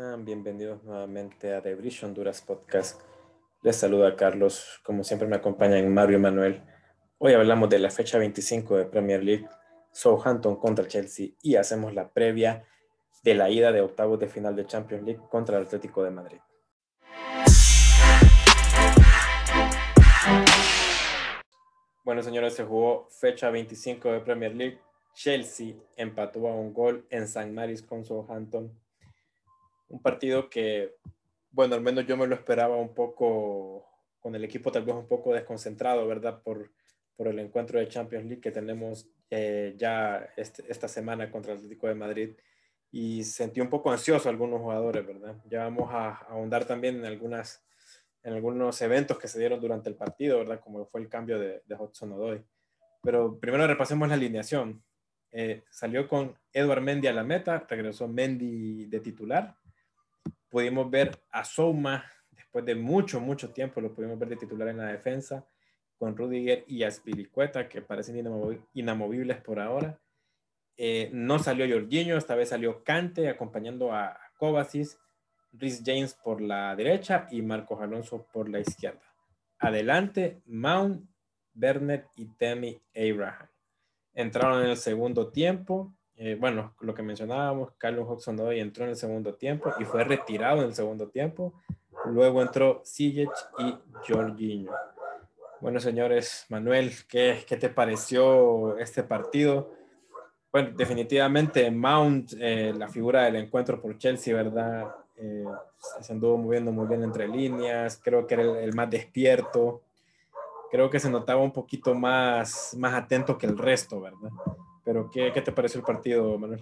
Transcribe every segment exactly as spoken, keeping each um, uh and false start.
Sean bienvenidos nuevamente a The Bridge Honduras Podcast. Les saluda Carlos, como siempre me acompañan Mario y Manuel. Hoy hablamos de la fecha veinticinco de Premier League, Southampton contra Chelsea, y hacemos la previa de la ida de octavos de final de Champions League contra el Atlético de Madrid. Bueno, señores, se jugó fecha veinticinco de Premier League. Chelsea empató a un gol en San Mamés con Southampton. Un partido que, bueno, al menos yo me lo esperaba un poco, con el equipo tal vez un poco desconcentrado, ¿verdad? Por, por el encuentro de Champions League que tenemos eh, ya este, esta semana contra el Atlético de Madrid. Y sentí un poco ansioso a algunos jugadores, ¿verdad? Ya vamos a, a ahondar también en, algunas, en algunos eventos que se dieron durante el partido, ¿verdad? Como fue el cambio de, de Hudson-Odoi. Pero primero repasemos la alineación. Eh, salió con Edouard Mendy a la meta, regresó Mendy de titular. Pudimos ver a Zouma, después de mucho, mucho tiempo, lo pudimos ver de titular en la defensa, con Rudiger y Azpilicueta, que parecen inamovibles por ahora. Eh, no salió Jorginho, esta vez salió Kante acompañando a Kovacic, Reece James por la derecha y Marcos Alonso por la izquierda. Adelante, Mount, Werner y Tammy Abraham. Entraron en el segundo tiempo. Eh, bueno, lo que mencionábamos, Callum Hudson-Odoi entró en el segundo tiempo y fue retirado en el segundo tiempo. Luego entró Ziyech y Jorginho. Bueno, señores, Manuel, ¿qué, qué te pareció este partido? Bueno, definitivamente Mount, eh, la figura del encuentro por Chelsea, ¿verdad? Eh, se anduvo moviendo muy bien entre líneas, creo que era el, el más despierto, creo que se notaba un poquito más, más atento que el resto, ¿verdad? Pero, ¿qué, qué te pareció el partido, Manuel?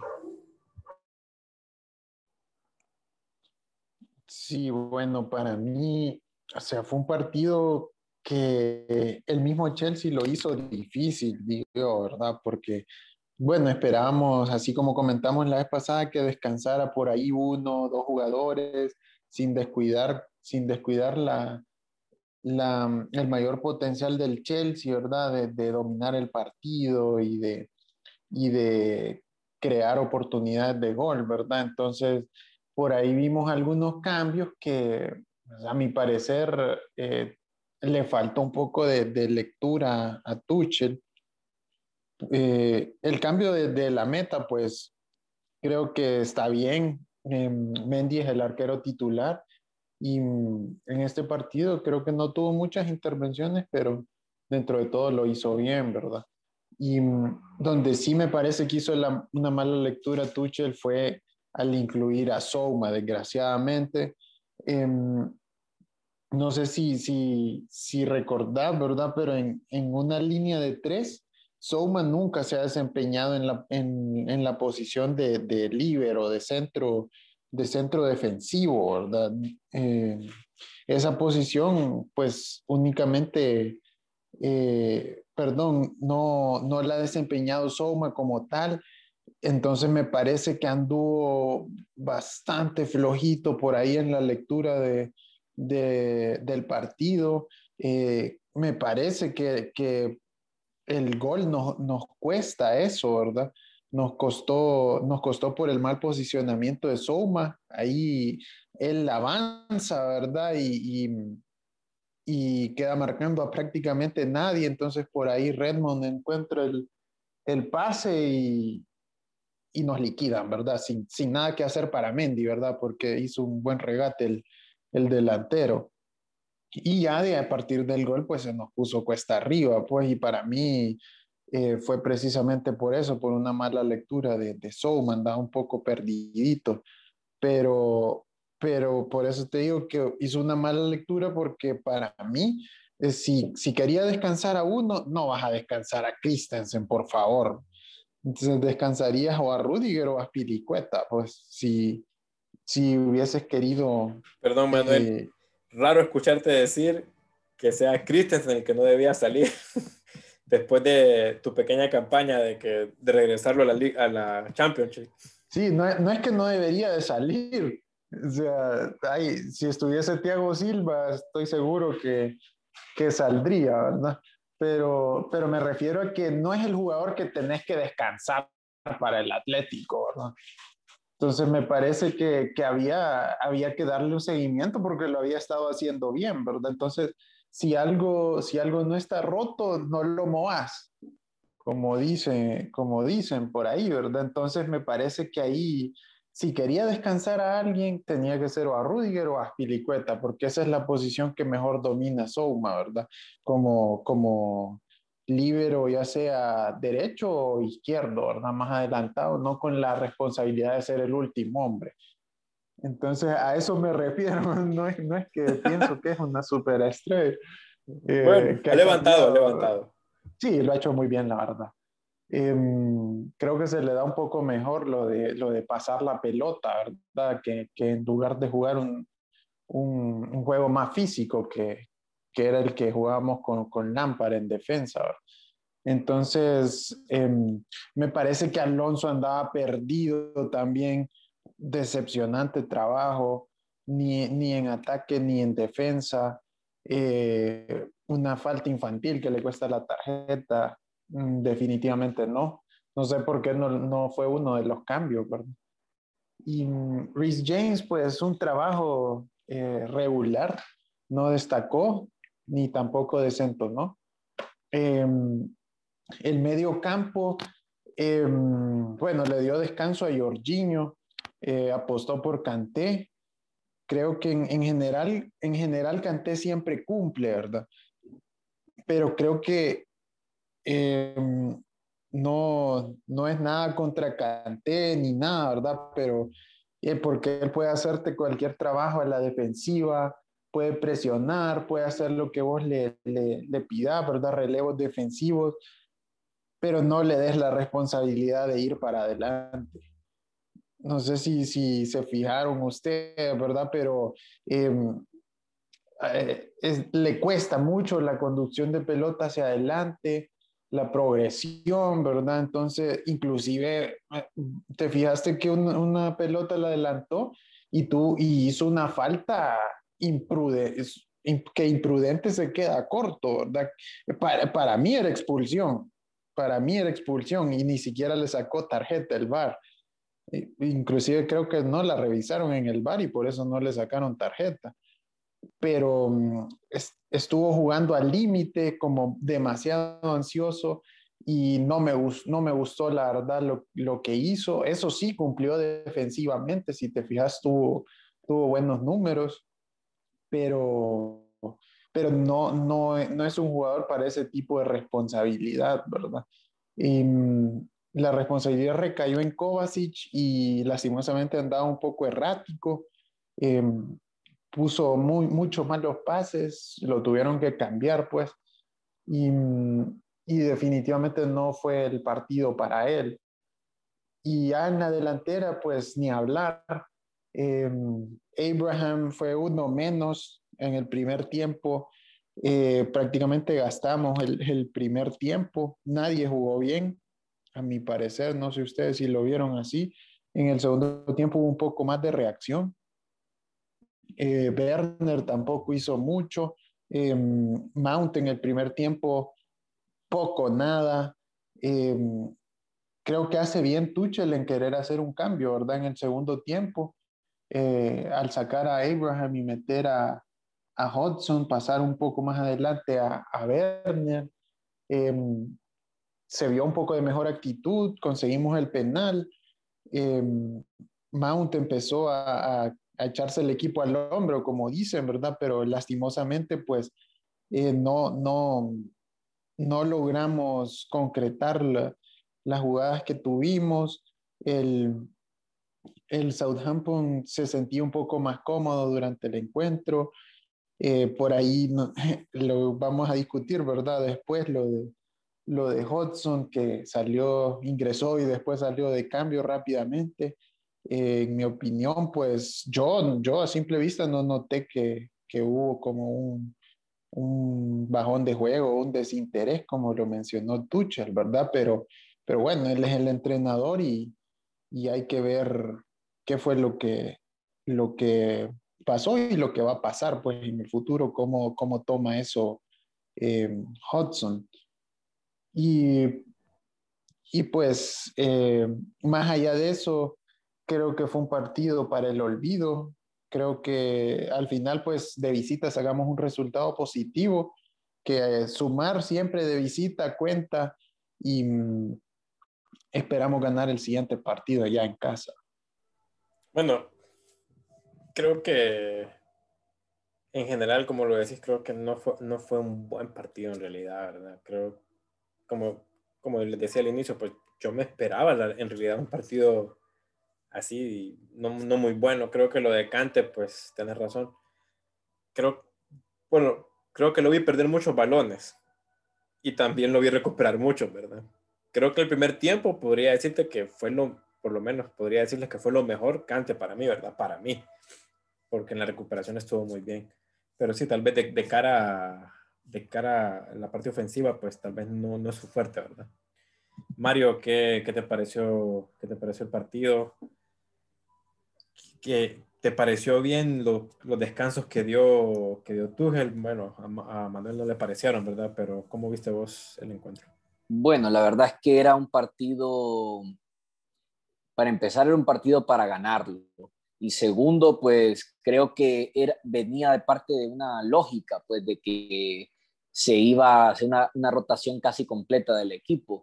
Sí, bueno, para mí, o sea, fue un partido que el mismo Chelsea lo hizo difícil, digo, ¿verdad? Porque, bueno, esperábamos, así como comentamos la vez pasada, que descansara por ahí uno, dos jugadores, sin descuidar, sin descuidar la, la, el mayor potencial del Chelsea, ¿verdad? De, de dominar el partido y de, y de crear oportunidades de gol, ¿verdad? Entonces, por ahí vimos algunos cambios que, a mi parecer, eh, le faltó un poco de, de lectura a Tuchel. Eh, el cambio de, de, la meta, pues, creo que está bien. Eh, Mendy es el arquero titular y en este partido creo que no tuvo muchas intervenciones, pero dentro de todo lo hizo bien, ¿verdad? Y donde sí me parece que hizo la, una mala lectura Tuchel fue al incluir a Zouma, desgraciadamente. Eh, no sé si, si, si recordás, ¿verdad? Pero en, en una línea de tres, Zouma nunca se ha desempeñado en la, en, en la posición de, de líbero, de centro, de centro defensivo, ¿verdad? Eh, esa posición, pues únicamente eh, perdón, no, no la ha desempeñado Souma como tal, entonces me parece que anduvo bastante flojito por ahí en la lectura de, de, del partido. Eh, me parece que, que el gol nos, nos cuesta eso, ¿verdad? Nos costó, nos costó por el mal posicionamiento de Souma. Ahí él avanza, ¿verdad? Y, y y queda marcando a prácticamente nadie. Entonces por ahí Redmond encuentra el, el pase y, y nos liquidan, ¿verdad? Sin, sin nada que hacer para Mendy, ¿verdad? Porque hizo un buen regate el, el delantero. Y ya de a partir del gol, pues se nos puso cuesta arriba, pues, y para mí eh, fue precisamente por eso, por una mala lectura de, de Souma, andaba un poco perdidito, pero, pero por eso te digo que hizo una mala lectura porque para mí, eh, si, si quería descansar a uno, no vas a descansar a Christensen, por favor. Entonces descansarías o a Rudiger o a Spilicueta, pues si, si hubieses querido... Perdón, Manuel, Eh, raro escucharte decir que sea Christensen el que no debía salir después de tu pequeña campaña de, que, de regresarlo a la, a la Championship. sí, no, no es que no debería de salir. O sea, ay, si estuviese Thiago Silva, estoy seguro que, que saldría, ¿verdad? Pero, pero me refiero a que no es el jugador que tenés que descansar para el Atlético, ¿verdad? Entonces me parece que, que había, había que darle un seguimiento porque lo había estado haciendo bien, ¿verdad? Entonces, si algo, si algo no está roto, no lo movas, como dice, como dicen por ahí, ¿verdad? Entonces me parece que ahí, si quería descansar a alguien, tenía que ser o a Rudiger o a Azpilicueta, porque esa es la posición que mejor domina Souma, ¿verdad? Como, como líbero, ya sea derecho o izquierdo, ¿verdad? Más adelantado, no con la responsabilidad de ser el último hombre. Entonces, a eso me refiero, no es, no es que pienso que es una superestrella, Bueno, eh, que ha ha levantado, ha cambiado. levantado. Sí, lo ha hecho muy bien, la verdad. Eh, Creo que se le da un poco mejor lo de, lo de pasar la pelota, ¿verdad? Que, que en lugar de jugar un, un, un juego más físico que, que era el que jugábamos con, con Lampard en defensa, ¿verdad? Entonces, eh, me parece que Alonso andaba perdido también, decepcionante trabajo, ni, ni en ataque ni en defensa, eh, una falta infantil que le cuesta la tarjeta, mm, definitivamente no. No sé por qué no, no fue uno de los cambios, ¿verdad? Y mm, Reece James, pues un trabajo eh, regular, no destacó ni tampoco desentonó. Eh, el medio campo, eh, bueno, le dio descanso a Jorginho, eh, apostó por Kanté. Creo que en, en, general, en general Kanté siempre cumple, ¿verdad? Pero creo que eh, no, no es nada contra Kanté ni nada, ¿verdad? Pero eh, porque él puede hacerte cualquier trabajo a la defensiva, puede presionar, puede hacer lo que vos le, le, le pidas, ¿verdad? Relevos defensivos, pero no le des la responsabilidad de ir para adelante. No sé si, si se fijaron ustedes, ¿verdad? Pero eh, eh, es, le cuesta mucho la conducción de pelota hacia adelante, la progresión, ¿verdad? Entonces, inclusive, eh, te fijaste que un, una pelota la adelantó y tú y hizo una falta imprudente, que imprudente se queda corto, ¿verdad? Para, para mí era expulsión, para mí era expulsión y ni siquiera le sacó tarjeta el V A R. Inclusive creo que no la revisaron en el V A R y por eso no le sacaron tarjeta, pero um, es, estuvo jugando al límite, como demasiado ansioso y no me, no me gustó la verdad lo, lo, que hizo. Eso sí, cumplió defensivamente, si te fijas, tuvo, tuvo buenos números, pero, pero no, no, no es un jugador para ese tipo de responsabilidad, ¿verdad? Y, um, la responsabilidad recayó en Kovacic y lastimosamente andaba un poco errático. Eh, Puso muy, mucho más los pases, lo tuvieron que cambiar, pues, y, y definitivamente no fue el partido para él. Y ya en la delantera, pues, ni hablar. Eh, Abraham fue uno menos en el primer tiempo. Eh, prácticamente gastamos el, el primer tiempo. Nadie jugó bien, a mi parecer. No sé ustedes si lo vieron así. En el segundo tiempo hubo un poco más de reacción. Eh, Werner tampoco hizo mucho. Eh, Mount en el primer tiempo, poco, nada. Eh, Creo que hace bien Tuchel en querer hacer un cambio, ¿verdad? En el segundo tiempo, eh, al sacar a Abraham y meter a, a Hudson, pasar un poco más adelante a, a Werner. Eh, Se vio un poco de mejor actitud, conseguimos el penal. Eh, Mount empezó a, a, a, echarse el equipo al hombro, como dicen, ¿verdad? Pero lastimosamente, pues eh, no, no, no logramos concretar la, las jugadas que tuvimos. El, el Southampton se sentía un poco más cómodo durante el encuentro. Eh, por ahí no, lo vamos a discutir, ¿verdad? Después lo de, lo de Hudson, que salió, ingresó y después salió de cambio rápidamente. Eh, en mi opinión, pues yo, yo a simple vista no noté que, que hubo como un, un bajón de juego, un desinterés, como lo mencionó Tuchel, ¿verdad? Pero, pero bueno, él es el entrenador y, y hay que ver qué fue lo que, lo que pasó y lo que va a pasar pues en el futuro, cómo, cómo toma eso eh, Hudson. Y, y pues eh, más allá de eso, creo que fue un partido para el olvido. Creo que al final, pues de visita sacamos un resultado positivo, que sumar siempre de visita cuenta y mm, esperamos ganar el siguiente partido allá en casa. Bueno, creo que en general, como lo decís, creo que no fue, no fue un buen partido en realidad, ¿verdad? Creo, como, como les decía al inicio, pues yo me esperaba la, en realidad un partido así, no, no muy bueno. Creo que lo de Kante, pues tenés razón. Creo, bueno, creo que lo vi perder muchos balones y también lo vi recuperar muchos, ¿verdad? Creo que el primer tiempo podría decirte que fue lo, por lo menos podría decirles que fue lo mejor Kante para mí, ¿verdad? Para mí, porque en la recuperación estuvo muy bien. Pero sí, tal vez de, de cara a, de cara a la parte ofensiva, pues tal vez no, no es su fuerte, ¿verdad? Mario, ¿qué, qué te pareció, qué te pareció el partido? ¿Qué te pareció bien lo, los descansos que dio, que dio Tuchel? Bueno, a, a Manuel no le parecieron, ¿verdad? Pero ¿cómo viste vos el encuentro? Bueno, la verdad es que era un partido, para empezar, era un partido para ganarlo. Y segundo, pues creo que era, venía de parte de una lógica, pues de que se iba a hacer una, una rotación casi completa del equipo.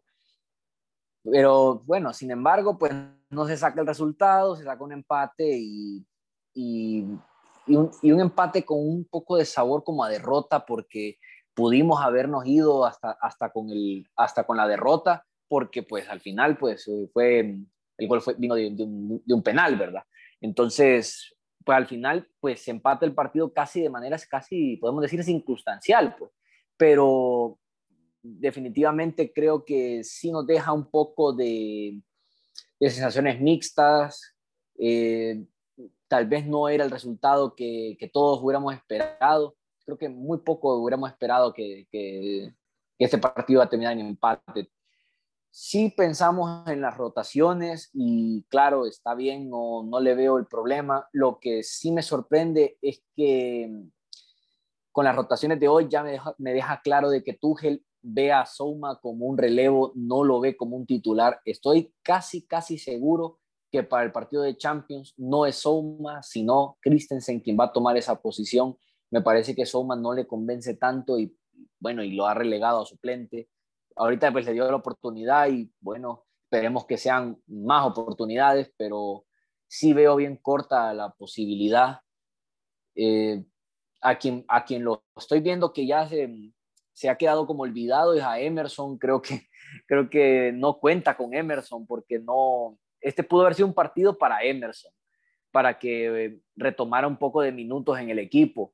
Pero bueno, sin embargo, pues no se saca el resultado, se saca un empate y, y, y, un, y un empate con un poco de sabor como a derrota, porque pudimos habernos ido hasta, hasta, con, el, hasta con la derrota, porque pues al final pues fue, el gol fue, vino de, de, un, de un penal, ¿verdad? Entonces, pues al final pues se empata el partido casi de manera, casi podemos decir circunstancial, pues, pero definitivamente creo que sí nos deja un poco de, de sensaciones mixtas. Eh, tal vez no era el resultado que, que, todos hubiéramos esperado. Creo que muy poco hubiéramos esperado que, que, que este partido iba a terminar en empate. Sí pensamos en las rotaciones y claro, está bien, no, no le veo el problema. Lo que sí me sorprende es que con las rotaciones de hoy ya me deja, me deja claro de que Tuchel ve a Souma como un relevo, no lo ve como un titular. Estoy casi, casi seguro que para el partido de Champions no es Souma, sino Christensen quien va a tomar esa posición. Me parece que Souma no le convence tanto y bueno, y lo ha relegado a suplente. Ahorita pues le dio la oportunidad y bueno, esperemos que sean más oportunidades, pero sí veo bien corta la posibilidad. Eh, a quien, a quien lo estoy viendo que ya se, se ha quedado como olvidado es a Emerson. Creo que, creo que no cuenta con Emerson porque no, este pudo haber sido un partido para Emerson, para que retomara un poco de minutos en el equipo,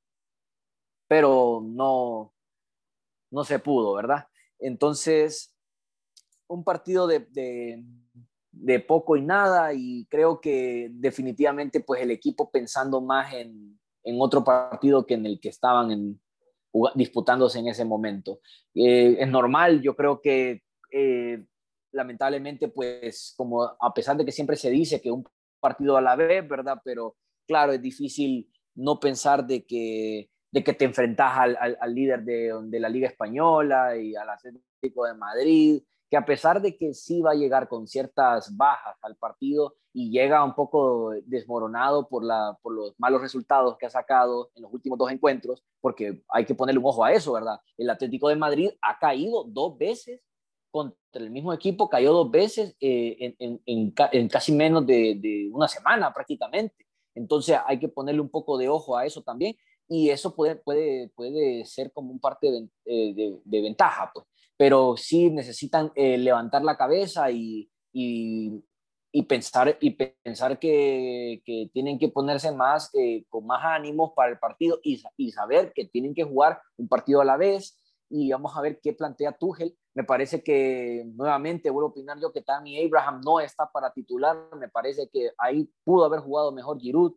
pero no, no se pudo, ¿verdad? Entonces, un partido de, de, de poco y nada, y creo que definitivamente pues el equipo pensando más en, en otro partido que en el que estaban en, disputándose en ese momento. Eh, es normal, yo creo que eh, lamentablemente pues como a pesar de que siempre se dice que un partido a la vez, ¿verdad? Pero claro, es difícil no pensar de que, de que te enfrentas al, al, al líder de, de la Liga Española y al Atlético de Madrid, que a pesar de que sí va a llegar con ciertas bajas al partido y llega un poco desmoronado por, la, por los malos resultados que ha sacado en los últimos dos encuentros, porque hay que ponerle un ojo a eso, ¿verdad? El Atlético de Madrid ha caído dos veces contra el mismo equipo, cayó dos veces eh, en, en, en, en casi menos de, de una semana prácticamente. Entonces hay que ponerle un poco de ojo a eso también y eso puede, puede, puede ser como un parte de, de, de ventaja, pues. Pero sí necesitan eh, levantar la cabeza y, y, y pensar, y pensar que, que tienen que ponerse más, eh, con más ánimos para el partido y, y saber que tienen que jugar un partido a la vez. Y vamos a ver qué plantea Tuchel. Me parece que, nuevamente, vuelvo a opinar yo que Tammy Abraham no está para titular. Me parece que ahí pudo haber jugado mejor Giroud.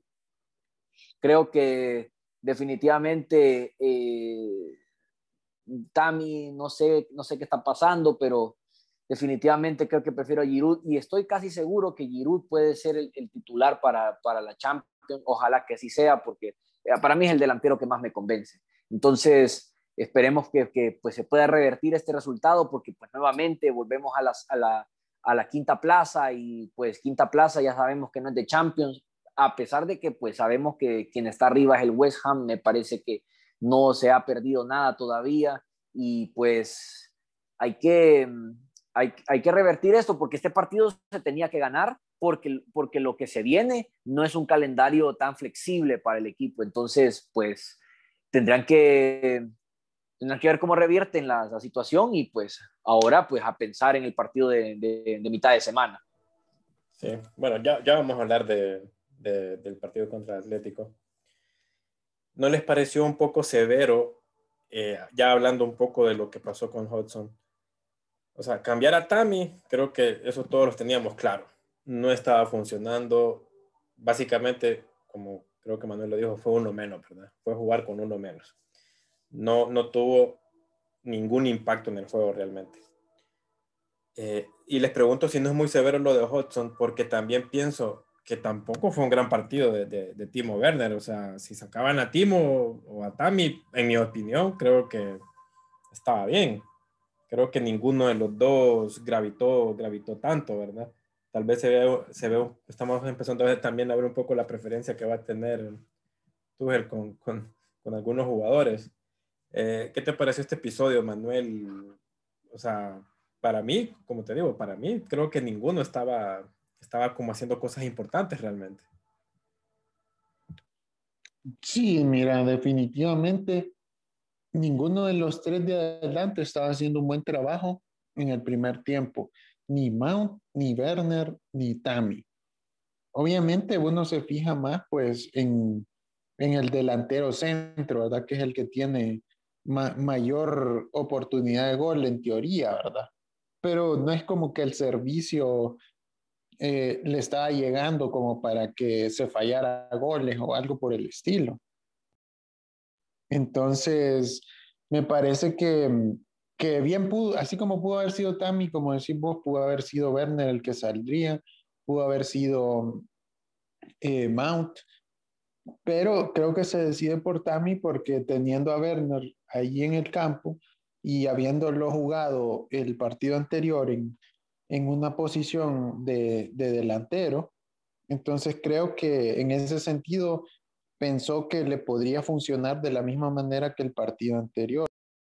Creo que definitivamente eh, Tammy, no sé, no sé qué está pasando, pero definitivamente creo que prefiero a Giroud y estoy casi seguro que Giroud puede ser el, el titular para, para la Champions. Ojalá que así sea, porque para mí es el delantero que más me convence. Entonces, esperemos que, que pues, se pueda revertir este resultado, porque pues nuevamente volvemos a, las, a, la, a la quinta plaza, y pues quinta plaza ya sabemos que no es de Champions, a pesar de que pues sabemos que quien está arriba es el West Ham. Me parece que no se ha perdido nada todavía, y pues hay que, hay, hay que revertir esto, porque este partido se tenía que ganar, porque, porque lo que se viene no es un calendario tan flexible para el equipo. Entonces pues tendrán que, tendrán que ver cómo revierten la, la situación, y pues ahora pues a pensar en el partido de, de, de mitad de semana. Sí, bueno, ya, ya vamos a hablar de, de, del partido contra Atlético. ¿No les pareció un poco severo, eh, ya hablando un poco de lo que pasó con Hudson? O sea, cambiar a Tammy, creo que eso todos los teníamos claro. No estaba funcionando. Básicamente, como creo que Manuel lo dijo, fue uno menos, ¿verdad? Fue jugar con uno menos. No, no tuvo ningún impacto en el juego realmente. Eh, y les pregunto si no es muy severo lo de Hudson, porque también pienso que tampoco fue un gran partido de, de, de Timo Werner. O sea, si sacaban a Timo o a Tammy, en mi opinión, creo que estaba bien. Creo que ninguno de los dos gravitó, gravitó tanto, ¿verdad? Tal vez se ve, se ve, estamos empezando a ver también a ver un poco la preferencia que va a tener Tuchel con, con, con algunos jugadores. Eh, ¿Qué te pareció este episodio, Manuel? O sea, para mí, como te digo, para mí creo que ninguno estaba, estaba como haciendo cosas importantes realmente. Sí, mira, definitivamente ninguno de los tres de adelante estaba haciendo un buen trabajo en el primer tiempo. Ni Mount, ni Werner, ni Tammy. Obviamente uno se fija más pues en, en el delantero centro, ¿verdad? Que es el que tiene ma mayor oportunidad de gol en teoría, ¿verdad? Pero no es como que el servicio eh, le estaba llegando como para que se fallara goles o algo por el estilo. Entonces, me parece que, que bien pudo, así como pudo haber sido Tammy, como decís vos, pudo haber sido Werner el que saldría, pudo haber sido eh, Mount, pero creo que se decide por Tammy porque teniendo a Werner ahí en el campo y habiéndolo jugado el partido anterior en, en una posición de, de delantero, entonces creo que en ese sentido pensó que le podría funcionar de la misma manera que el partido anterior.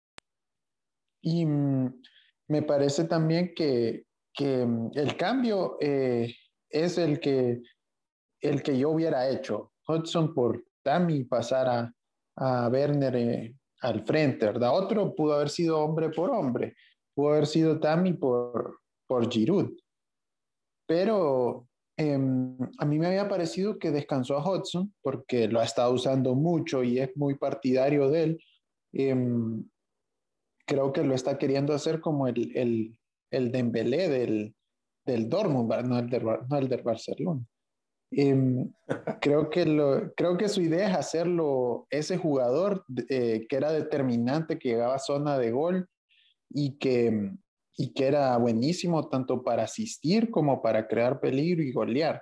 Y mm, me parece también que, que mm, el cambio eh, es el que, el que yo hubiera hecho. Hudson por Tammy, pasar a, a Werner eh, al frente, ¿verdad? Otro pudo haber sido hombre por hombre, pudo haber sido Tammy por, por Giroud. Pero eh, a mí me había parecido que descansó a Hudson porque lo ha estado usando mucho y es muy partidario de él. Eh, Creo que lo está queriendo hacer como el, el, el Dembélé del, del Dortmund, no el, de, no el del Barcelona. Eh, creo, que lo, creo que su idea es hacerlo ese jugador eh, que era determinante, que llegaba a zona de gol y que, y que era buenísimo tanto para asistir como para crear peligro y golear.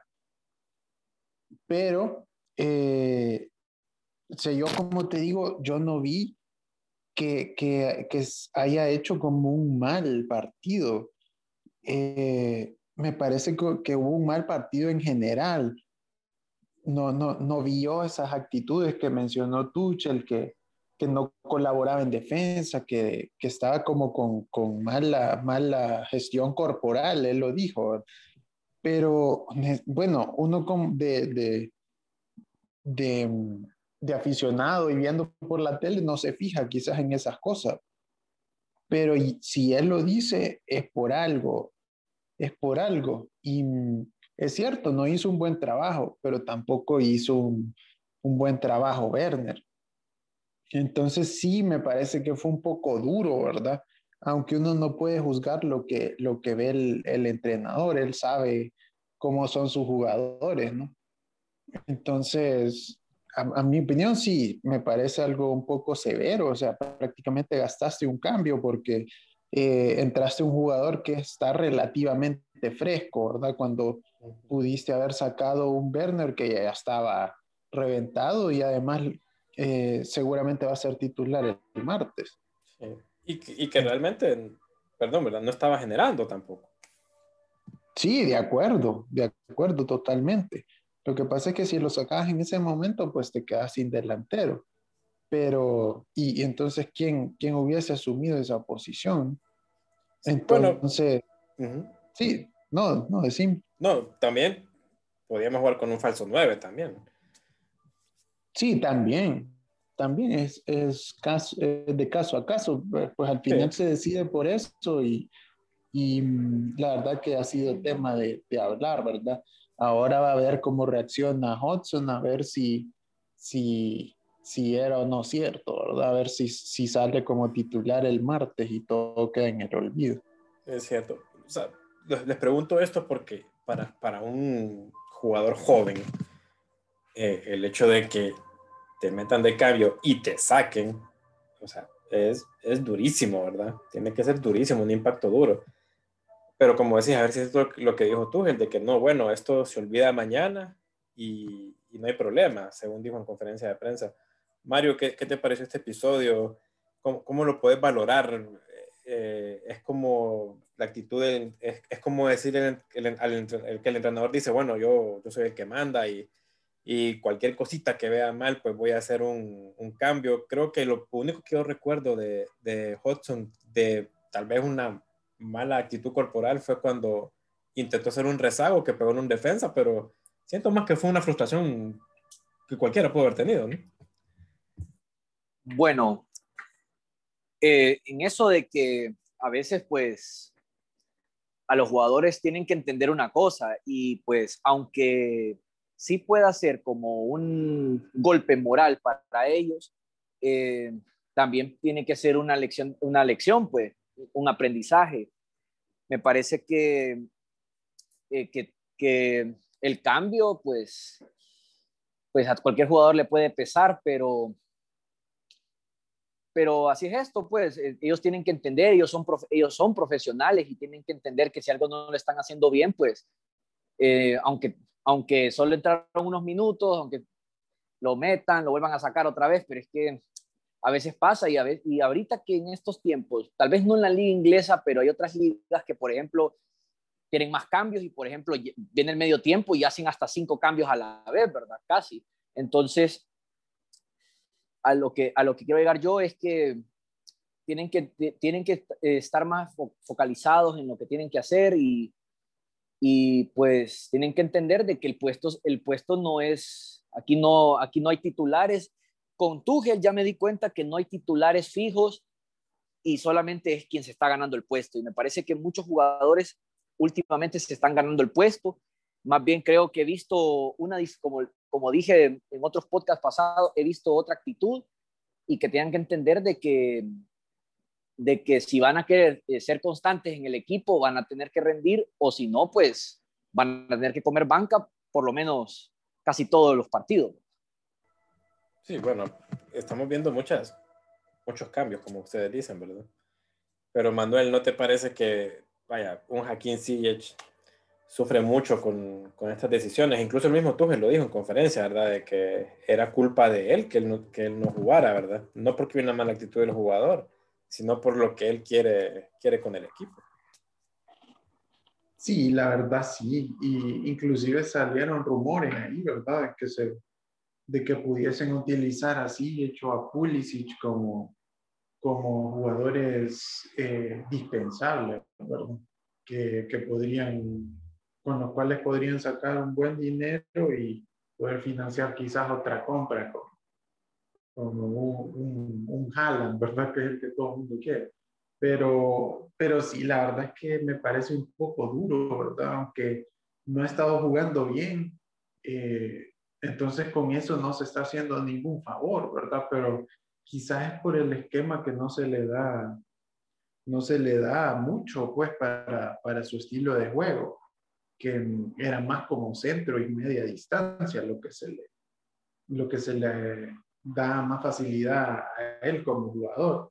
Pero, eh, sé yo como te digo, yo no vi que, que, que haya hecho como un mal partido. Eh, me parece que, que, hubo un mal partido en general. No, no, no vio esas actitudes que mencionó Tuchel, que, que no colaboraba en defensa, que, que estaba como con, con mala, mala gestión corporal, él lo dijo. Pero bueno, uno con, de, de, de, de aficionado y viendo por la tele no se fija quizás en esas cosas. Pero si él lo dice, es por algo, es por algo. Y es cierto, no hizo un buen trabajo, pero tampoco hizo un, un buen trabajo Werner. Entonces sí, me parece que fue un poco duro, ¿verdad? Aunque uno no puede juzgar lo que, lo que ve el, el entrenador, él sabe cómo son sus jugadores, ¿no? Entonces, a, a, mi opinión sí, me parece algo un poco severo, o sea, prácticamente gastaste un cambio porque eh, entraste un jugador que está relativamente fresco, ¿verdad? Cuando pudiste haber sacado un Werner que ya estaba reventado y además eh, seguramente va a ser titular el, el martes. Sí. Y, y que realmente, perdón, ¿verdad? No estaba generando tampoco. Sí, de acuerdo, de acuerdo totalmente. Lo que pasa es que si lo sacas en ese momento, pues te quedas sin delantero. Pero, y, y entonces, ¿quién, quién hubiese asumido esa posición? Sí, bueno, Entonces, uh-huh. sí, no, no, es simple. No, también podíamos jugar con un falso nueve también. Sí, también, también es, es caso, eh, de caso a caso, pues, pues al Sí, final se decide por eso y, y mm, la verdad que ha sido tema de, de hablar, ¿verdad? Ahora va a ver cómo reacciona Hudson, a ver si, si, si era o no cierto, ¿verdad? A ver si, si sale como titular el martes y todo queda en el olvido. es cierto. O sea, les, les pregunto esto porque para, para un jugador joven, eh, el hecho de que te metan de cambio y te saquen, o sea, es, es durísimo, ¿verdad? Tiene que ser durísimo, un impacto duro. Pero como decís, a ver si es lo, lo que dijo tú, el de que no, bueno, esto se olvida mañana y, y no hay problema, según dijo en conferencia de prensa. Mario, ¿qué, qué te pareció este episodio? ¿Cómo, cómo lo puedes valorar? Eh, es como la actitud, del, es, es como decir el, el, al, el, que el entrenador dice, bueno, yo, yo soy el que manda y, y cualquier cosita que vea mal, pues voy a hacer un, un cambio. Creo que lo único que yo recuerdo de, de Hudson, de tal vez una mala actitud corporal, fue cuando intentó hacer un rezago que pegó en un defensa, pero siento más que fue una frustración que cualquiera pudo haber tenido, ¿no? Bueno, eh, en eso de que a veces pues a los jugadores tienen que entender una cosa y pues aunque sí pueda ser como un golpe moral para ellos, eh, también tiene que ser una lección, una lección, pues, un aprendizaje. Me parece que, eh, que, que el cambio, pues, pues a cualquier jugador le puede pesar, pero pero así es esto, pues ellos tienen que entender, ellos son, profe ellos son profesionales y tienen que entender que si algo no lo están haciendo bien, pues eh, aunque, aunque solo entraron unos minutos, aunque lo metan, lo vuelvan a sacar otra vez, pero es que a veces pasa y, a veces, y ahorita que en estos tiempos, tal vez no en la liga inglesa, pero hay otras ligas que, por ejemplo, tienen más cambios y, por ejemplo, viene el medio tiempo y hacen hasta cinco cambios a la vez, ¿verdad? Casi. Entonces, a lo que, a lo que quiero llegar yo es que tienen que, tienen que estar más focalizados en lo que tienen que hacer y, y pues tienen que entender de que el puesto, el puesto no es, aquí no, aquí no hay titulares. Con Tuchel ya me di cuenta que no hay titulares fijos y solamente es quien se está ganando el puesto. Y me parece que muchos jugadores últimamente se están ganando el puesto. Más bien creo que he visto una, como, como dije en otros podcasts pasados, he visto otra actitud y que tengan que entender de que de que si van a querer ser constantes en el equipo, van a tener que rendir, o si no, pues van a tener que comer banca por lo menos casi todos los partidos. Sí, bueno, estamos viendo muchas, muchos cambios, como ustedes dicen, ¿verdad? Pero Manuel, ¿no te parece que, vaya, un Hakim Ziyech sufre mucho con, con estas decisiones? Incluso el mismo Tuchel lo dijo en conferencia, ¿verdad? De que era culpa de él que él no, que él no jugara, ¿verdad? No porque hubiera una mala actitud del jugador, sino por lo que él quiere, quiere con el equipo. Sí, la verdad sí, y inclusive salieron rumores ahí, ¿verdad? Que se, de que pudiesen utilizar así, hecho a Pulisic como, como jugadores eh, dispensables, ¿verdad? Que, que podrían, con los cuales podrían sacar un buen dinero y poder financiar quizás otra compra, como, como un, un, un Haaland, ¿verdad? Que es el que todo el mundo quiere. Pero, pero sí, la verdad es que me parece un poco duro, ¿verdad? Aunque no ha estado jugando bien, eh, entonces con eso no se está haciendo ningún favor, ¿verdad? Pero quizás es por el esquema que no se le da, no se le da mucho, pues, para, para su estilo de juego, que era más como centro y media distancia lo que se le, lo que se le da más facilidad a él como jugador.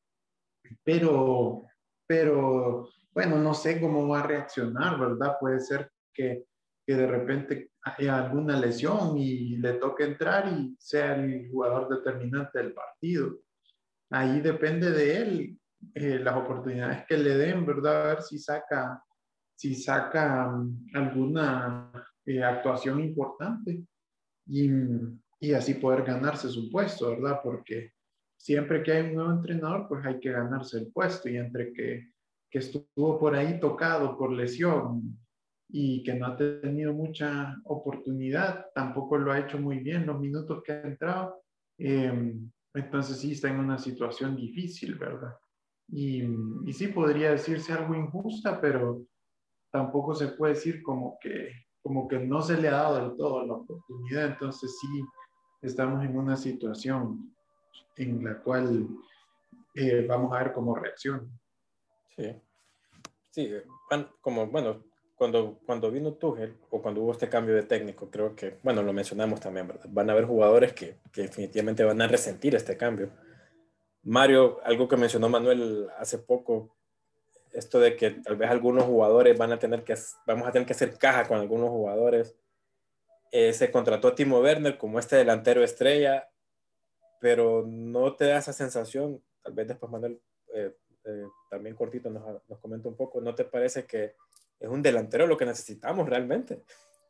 Pero, pero, bueno, no sé cómo va a reaccionar, ¿verdad? Puede ser que, que de repente haya alguna lesión y le toque entrar y sea el jugador determinante del partido. Ahí depende de él, eh, las oportunidades que le den, ¿verdad? A ver si saca, si saca um, alguna eh, actuación importante y, y así poder ganarse su puesto, ¿verdad? Porque siempre que hay un nuevo entrenador, pues hay que ganarse el puesto y entre que, que estuvo por ahí tocado por lesión y que no ha tenido mucha oportunidad, tampoco lo ha hecho muy bien los minutos que ha entrado. Eh, entonces sí está en una situación difícil, ¿verdad? Y, y sí podría decirse algo injusta, pero tampoco se puede decir como que, como que no se le ha dado del todo la oportunidad. Entonces sí estamos en una situación en la cual eh, vamos a ver cómo reacciona. Sí, sí, van- como, bueno, cuando, cuando vino Tuchel o cuando hubo este cambio de técnico, creo que, bueno, lo mencionamos también, ¿verdad? Van a haber jugadores que, que definitivamente van a resentir este cambio. Mario, algo que mencionó Manuel hace poco, esto de que tal vez algunos jugadores van a tener que, vamos a tener que hacer caja con algunos jugadores. Eh, se contrató a Timo Werner como este delantero estrella, pero no te da esa sensación, tal vez después Manuel eh, eh, también cortito nos, nos comenta un poco, ¿no te parece que es un delantero lo que necesitamos realmente?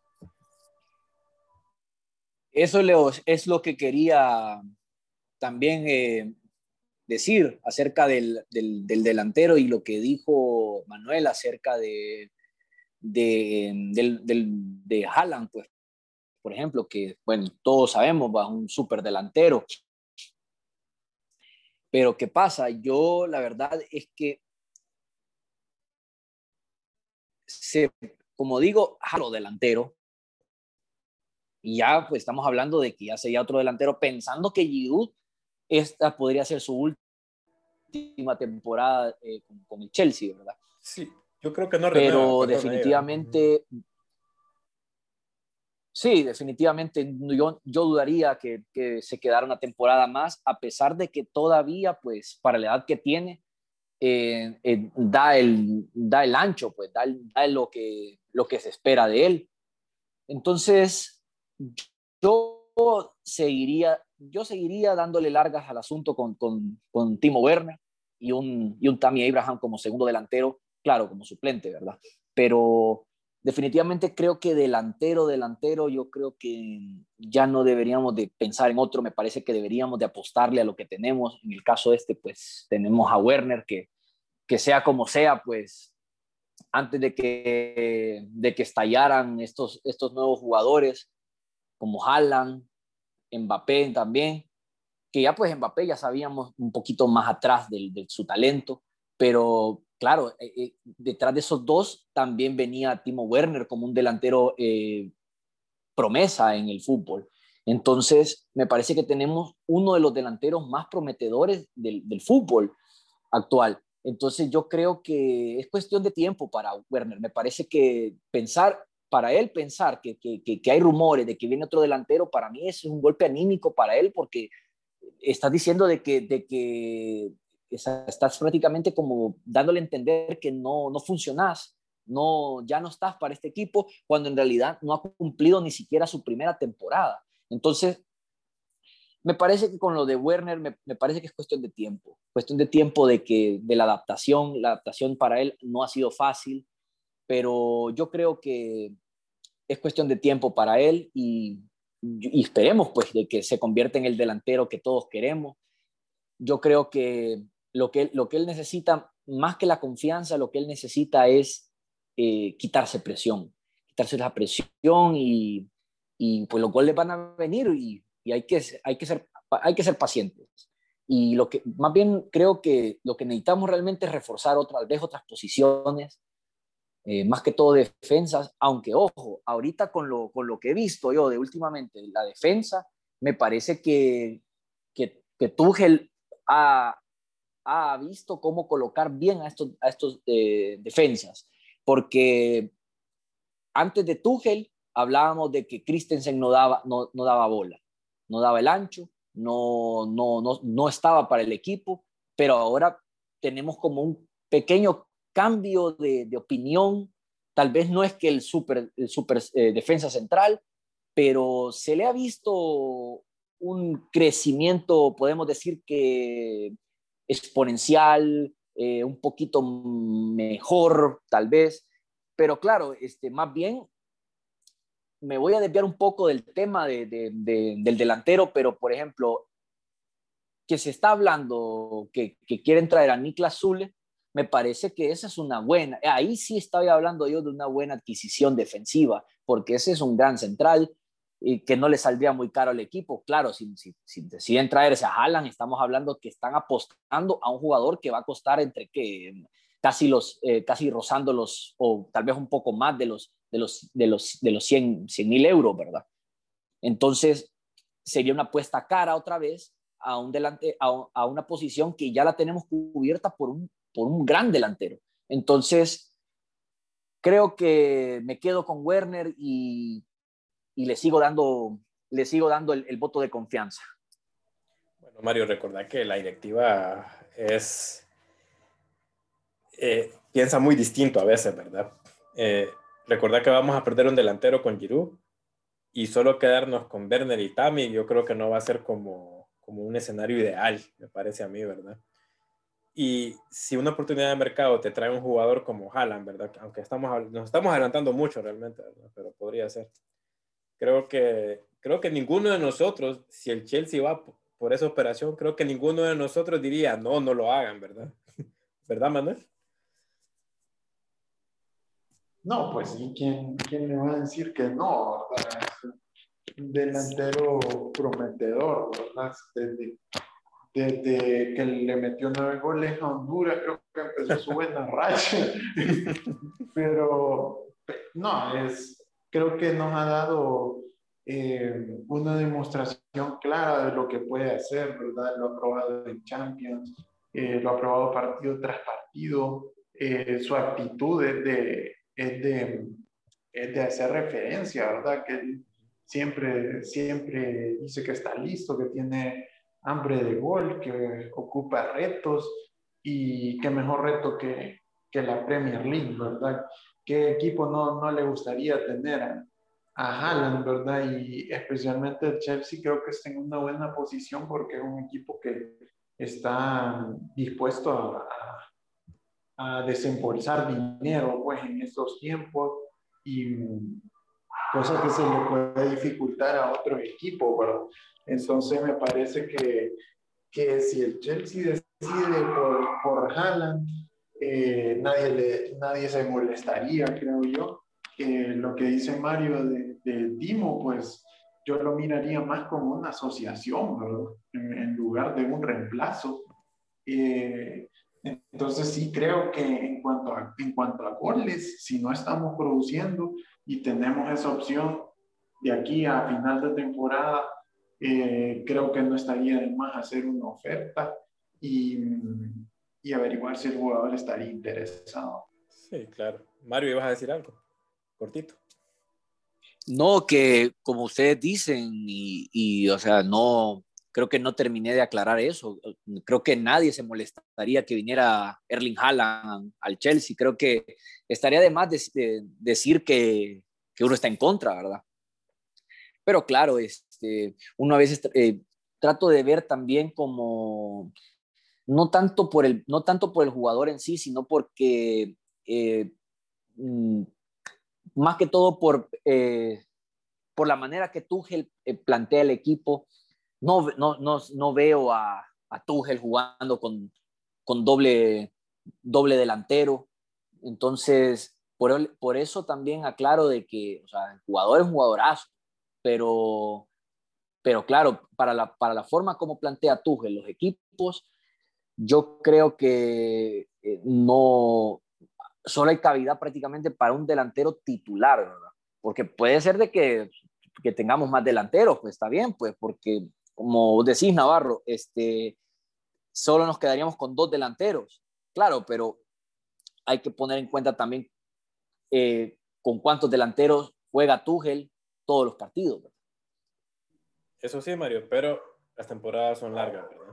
Eso, Leo, es lo que quería también eh, decir acerca del, del, del, delantero y lo que dijo Manuel acerca de, de, del, del, de Haaland, pues, por ejemplo, que, bueno, todos sabemos, va un súper delantero. Pero ¿qué pasa? Yo la verdad es que, se, como digo, Haaland delantero, y ya pues estamos hablando de que ya sería otro delantero, pensando que Giroud esta podría ser su última temporada eh, con, con el Chelsea, ¿verdad? Sí, yo creo que no renueva, Pero perdón. definitivamente, ella. sí, definitivamente yo, yo dudaría que, que se quedara una temporada más, a pesar de que todavía, pues, para la edad que tiene, eh, eh, da, el, da el ancho, pues, da, el, da lo, que, lo que se espera de él. Entonces, yo seguiría, yo seguiría dándole largas al asunto con, con, con Timo Werner y un, y un Tammy Abraham como segundo delantero, claro, como suplente, ¿verdad? Pero definitivamente creo que delantero, delantero, yo creo que ya no deberíamos de pensar en otro, me parece que deberíamos de apostarle a lo que tenemos. En el caso este, pues tenemos a Werner, que, que sea como sea, pues antes de que, de que estallaran estos, estos nuevos jugadores, como Haaland, Mbappé también, que ya pues Mbappé ya sabíamos un poquito más atrás de, de su talento, pero claro, eh, eh, detrás de esos dos también venía Timo Werner como un delantero eh, promesa en el fútbol. Entonces, me parece que tenemos uno de los delanteros más prometedores del, del fútbol actual. Entonces, yo creo que es cuestión de tiempo para Werner. Me parece que pensar, para él pensar que, que, que, que hay rumores de que viene otro delantero, para mí es un golpe anímico para él, porque estás diciendo de que, de que estás prácticamente como dándole a entender que no, no funcionas, no, ya no estás para este equipo, cuando en realidad no ha cumplido ni siquiera su primera temporada. Entonces, me parece que con lo de Werner, me, me parece que es cuestión de tiempo, cuestión de tiempo de que de la adaptación, la adaptación para él no ha sido fácil, pero yo creo que es cuestión de tiempo para él y, y esperemos pues de que se convierta en el delantero que todos queremos. Yo creo que lo que, lo que él necesita, más que la confianza, lo que él necesita es eh, quitarse presión, quitarse la presión y, y pues los goles van a venir y, y hay, que, hay, que ser, hay que ser pacientes. Y lo que más bien creo que lo que necesitamos realmente es reforzar otras vez otras posiciones, eh, más que todo defensas, aunque ojo, ahorita con lo, con lo que he visto yo de últimamente, la defensa, me parece que, que, que Tuchel ha, ha visto cómo colocar bien a estos, a estos eh, defensas, porque antes de Tuchel hablábamos de que Christensen no daba, no, no daba bola, no daba el ancho, no, no, no, no estaba para el equipo, pero ahora tenemos como un pequeño cambio de, de opinión. Tal vez no es que el super, el super eh, defensa central, pero se le ha visto un crecimiento, podemos decir que exponencial, eh, un poquito mejor tal vez. pero claro, este, más bien me voy a desviar un poco del tema de, de, de, del delantero, pero por ejemplo, que se está hablando que, que quieren traer a Niklas Süle, me parece que esa es una buena, ahí sí estoy hablando yo de una buena adquisición defensiva, porque ese es un gran central y que no le saldría muy caro al equipo. Claro, si, si, si deciden traerse a Haaland, estamos hablando que están apostando a un jugador que va a costar entre que casi los, eh, casi rozando los, o tal vez un poco más de los, de los, de los, de los cien mil euros, ¿verdad? Entonces, sería una apuesta cara otra vez a, un delante, a, a una posición que ya la tenemos cubierta por un, por un gran delantero. Entonces, creo que me quedo con Werner y, y le sigo dando, le sigo dando el, el voto de confianza. Bueno, Mario, recordá que la directiva es eh, piensa muy distinto a veces, ¿verdad? Eh, recordá que vamos a perder un delantero con Giroud y solo quedarnos con Werner y Tammy, yo creo que no va a ser como, como un escenario ideal, me parece a mí, ¿verdad? Y si una oportunidad de mercado te trae un jugador como Haaland, ¿verdad? Aunque estamos, nos estamos adelantando mucho realmente, ¿verdad? Pero podría ser. Creo que, creo que ninguno de nosotros, si el Chelsea va por esa operación, creo que ninguno de nosotros diría, no, no lo hagan, ¿verdad? ¿Verdad, Manuel? No, pues sí, ¿quién, quién le va a decir que no, verdad? Es un delantero prometedor, ¿verdad? Desde, desde que le metió nueve goles a Honduras, creo que empezó su buena racha. Pero no, es, creo que nos ha dado eh, una demostración clara de lo que puede hacer, ¿verdad? Lo ha probado en Champions, eh, lo ha probado partido tras partido, eh, su actitud es de, es de, es de hacer referencia, ¿verdad? Que él siempre, siempre dice que está listo, que tiene hambre de gol, que ocupa retos y qué mejor reto que, que la Premier League, ¿verdad? ¿Qué equipo no, no le gustaría tener a, a Haaland, ¿verdad? Y especialmente el Chelsea creo que está en una buena posición porque es un equipo que está dispuesto a, a, a desembolsar dinero pues en estos tiempos y cosa que se le puede dificultar a otros equipos, ¿verdad? Entonces me parece que, que si el Chelsea decide por, por Haaland, eh, nadie, le, nadie se molestaría, creo yo. Eh, lo que dice Mario de, de Timo, pues yo lo miraría más como una asociación, ¿verdad? En, en lugar de un reemplazo. Eh, entonces sí creo que en cuanto, a, en cuanto a goles, si no estamos produciendo y tenemos esa opción de aquí a final de temporada, eh, creo que no estaría de más hacer una oferta y, y averiguar si el jugador estaría interesado. Sí, claro. Mario, ¿ibas a decir algo? Cortito. No, que como ustedes dicen, y, y o sea, no, creo que no terminé de aclarar eso. Creo que nadie se molestaría que viniera Erling Haaland al Chelsea. Creo que estaría de más de, de, decir que, que uno está en contra, ¿verdad? Pero claro, este, uno a veces eh, trato de ver también como, no tanto por el, no tanto por el jugador en sí, sino porque eh, mm, más que todo por, eh, por la manera que Tuchel eh, plantea el equipo. No, no, no, no veo a, a Tuchel jugando con, con doble, doble delantero. Entonces, por, por eso también aclaro de que, o sea, el jugador es un jugadorazo, pero, pero claro, para la, para la forma como plantea Tuchel los equipos, yo creo que eh, no, solo hay cavidad prácticamente para un delantero titular, ¿verdad? Porque puede ser de que, que tengamos más delanteros, pues está bien, pues porque como decís, Navarro, este, solo nos quedaríamos con dos delanteros, claro, pero hay que poner en cuenta también eh, con cuántos delanteros juega Tuchel todos los partidos, ¿verdad? Eso sí, Mario, pero las temporadas son largas, ¿verdad?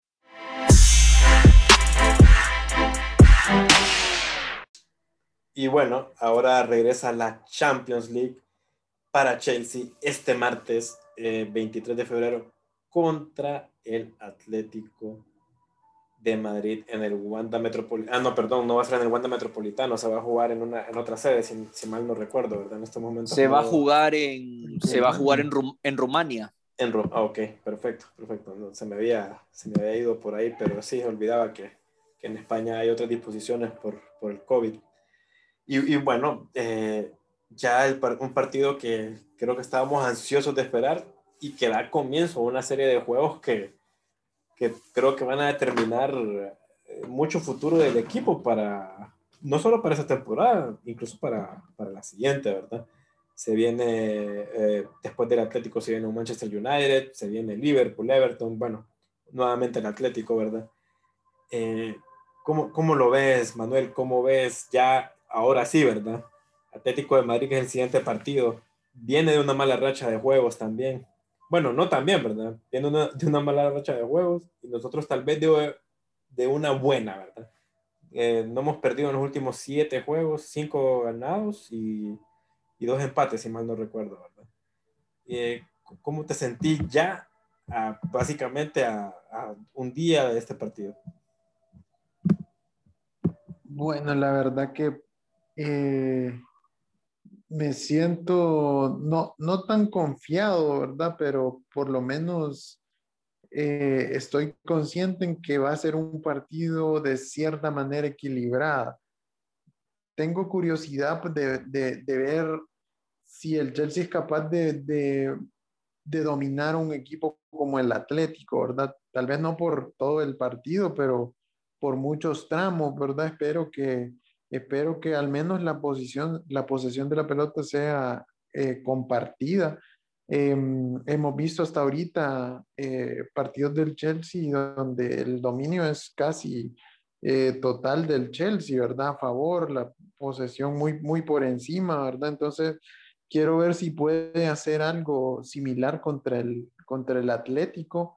Y bueno, ahora regresa la Champions League para Chelsea este martes eh, veintitrés de febrero contra el Atlético de Madrid en el Wanda Metropolitano. Ah, no, perdón, no va a ser en el Wanda Metropolitano, se va a jugar en, una, en otra sede, si, si mal no recuerdo, ¿verdad? En estos momentos Se no... va a jugar en, se va a jugar en, Rum, en Rumania. En Rum, ah, ok, perfecto, perfecto. No, se, me había, se me había ido por ahí, pero sí, olvidaba que, que en España hay otras disposiciones por, por el COVID. Y, y bueno, eh, ya el, un partido que creo que estábamos ansiosos de esperar y que da comienzo a una serie de juegos que, que creo que van a determinar mucho futuro del equipo para, no solo para esta temporada, incluso para, para la siguiente, ¿verdad? Se viene, eh, después del Atlético se viene un Manchester United, se viene Liverpool, Everton, bueno, nuevamente el Atlético, ¿verdad? Eh, ¿cómo, ¿Cómo lo ves, Manuel? ¿Cómo ves ya, ahora sí, ¿verdad? Atlético de Madrid, que es el siguiente partido, viene de una mala racha de juegos también. Bueno, no también, ¿verdad? Viene una, de una mala racha de juegos y nosotros tal vez de, de una buena, ¿verdad? Eh, no hemos perdido en los últimos siete juegos, cinco ganados y, y dos empates, si mal no recuerdo, ¿verdad? Eh, ¿Cómo te sentís ya, a, básicamente, a, a un día de este partido? Bueno, la verdad que eh, me siento no, no tan confiado, ¿verdad? Pero por lo menos eh, estoy consciente en que va a ser un partido de cierta manera equilibrada. Tengo curiosidad pues, de, de, de ver si el Chelsea es capaz de, de, de dominar un equipo como el Atlético, ¿verdad? Tal vez no por todo el partido, pero por muchos tramos, ¿verdad? Espero que, espero que al menos la posición, la posesión de la pelota sea eh, compartida. Eh, hemos visto hasta ahorita eh, partidos del Chelsea donde el dominio es casi eh, total del Chelsea, ¿verdad? A favor, la posesión muy, muy por encima, ¿verdad? Entonces, quiero ver si puede hacer algo similar contra el, contra el Atlético.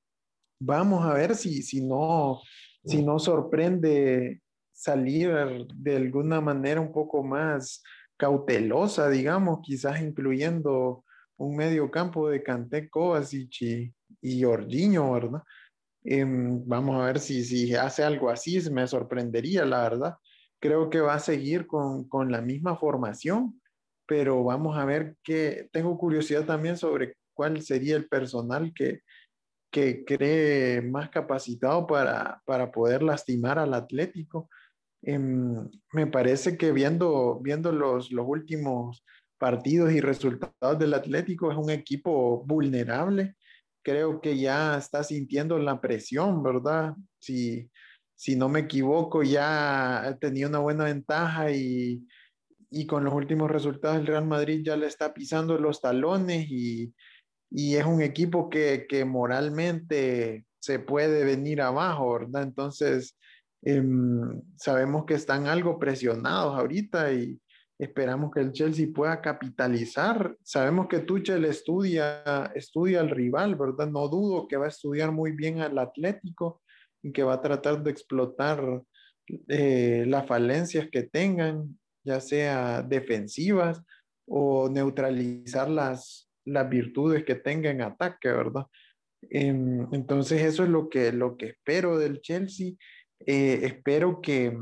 Vamos a ver si, si, no, si no sorprende salir de alguna manera un poco más cautelosa, digamos, quizás incluyendo un medio campo de Kanté, Kovacic y, y Jorginho, ¿verdad? Eh, vamos a ver si, si hace algo así, me sorprendería, la verdad. Creo que va a seguir con, con la misma formación, pero vamos a ver que tengo curiosidad también sobre cuál sería el personal que, que cree más capacitado para, para poder lastimar al Atlético. Eh, me parece que viendo, viendo los, los últimos partidos y resultados del Atlético es un equipo vulnerable. Creo que ya está sintiendo la presión, ¿verdad? Si, si no me equivoco, ya tenía una buena ventaja y, y con los últimos resultados el Real Madrid ya le está pisando los talones y, y es un equipo que, que moralmente se puede venir abajo, ¿verdad? Entonces, eh, sabemos que están algo presionados ahorita y esperamos que el Chelsea pueda capitalizar. Sabemos que Tuchel estudia, estudia al rival, ¿verdad? No dudo que va a estudiar muy bien al Atlético y que va a tratar de explotar eh, las falencias que tengan, ya sea defensivas o neutralizar las, las virtudes que tenga en ataque, ¿verdad? Em, entonces eso es lo que, lo que espero del Chelsea. Eh, espero que,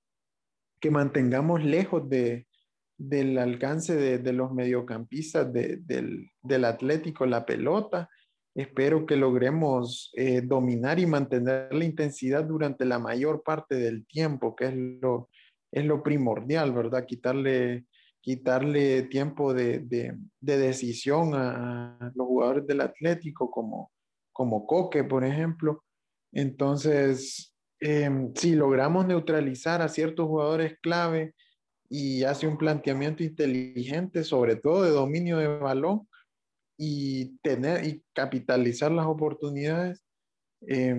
que mantengamos lejos de, del alcance de, de los mediocampistas de, del, del Atlético la pelota. Espero que logremos eh, dominar y mantener la intensidad durante la mayor parte del tiempo, que es lo, es lo primordial, ¿verdad? Quitarle, quitarle tiempo de, de, de decisión a, a los jugadores del Atlético, como, como Coque, por ejemplo. Entonces, eh, si logramos neutralizar a ciertos jugadores clave y hace un planteamiento inteligente, sobre todo de dominio de balón y tener y capitalizar las oportunidades, eh,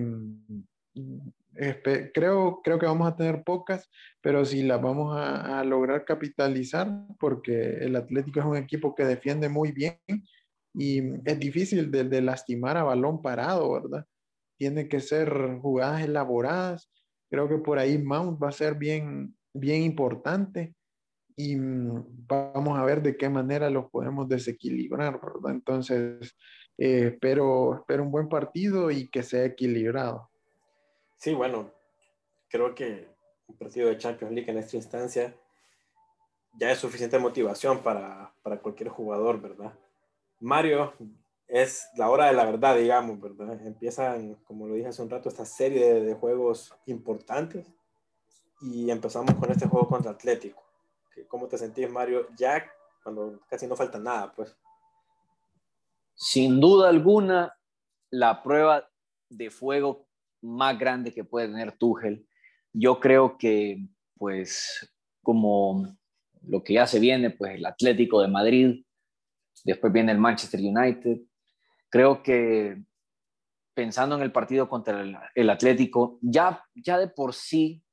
creo, creo que vamos a tener pocas, pero si las vamos a, a lograr capitalizar, porque el Atlético es un equipo que defiende muy bien y es difícil de, de lastimar a balón parado, ¿verdad? Tiene que ser jugadas elaboradas. Creo que por ahí Mount va a ser bien, bien importante y mm, vamos a ver de qué manera los podemos desequilibrar, ¿verdad? Entonces, eh, espero, espero un buen partido y que sea equilibrado. Sí, bueno, creo que un partido de Champions League en esta instancia ya es suficiente motivación para, para cualquier jugador, ¿verdad? Mario, es la hora de la verdad, digamos, ¿verdad? Empiezan, como lo dije hace un rato, esta serie de, de juegos importantes y empezamos con este juego contra Atlético. ¿Cómo te sentís, Mario? Ya cuando casi no falta nada, pues. Sin duda alguna, la prueba de fuego más grande que puede tener Tuchel. Yo creo que, pues, como lo que ya se viene, pues el Atlético de Madrid, después viene el Manchester United. Creo que pensando en el partido contra el, el Atlético, ya, ya de por sí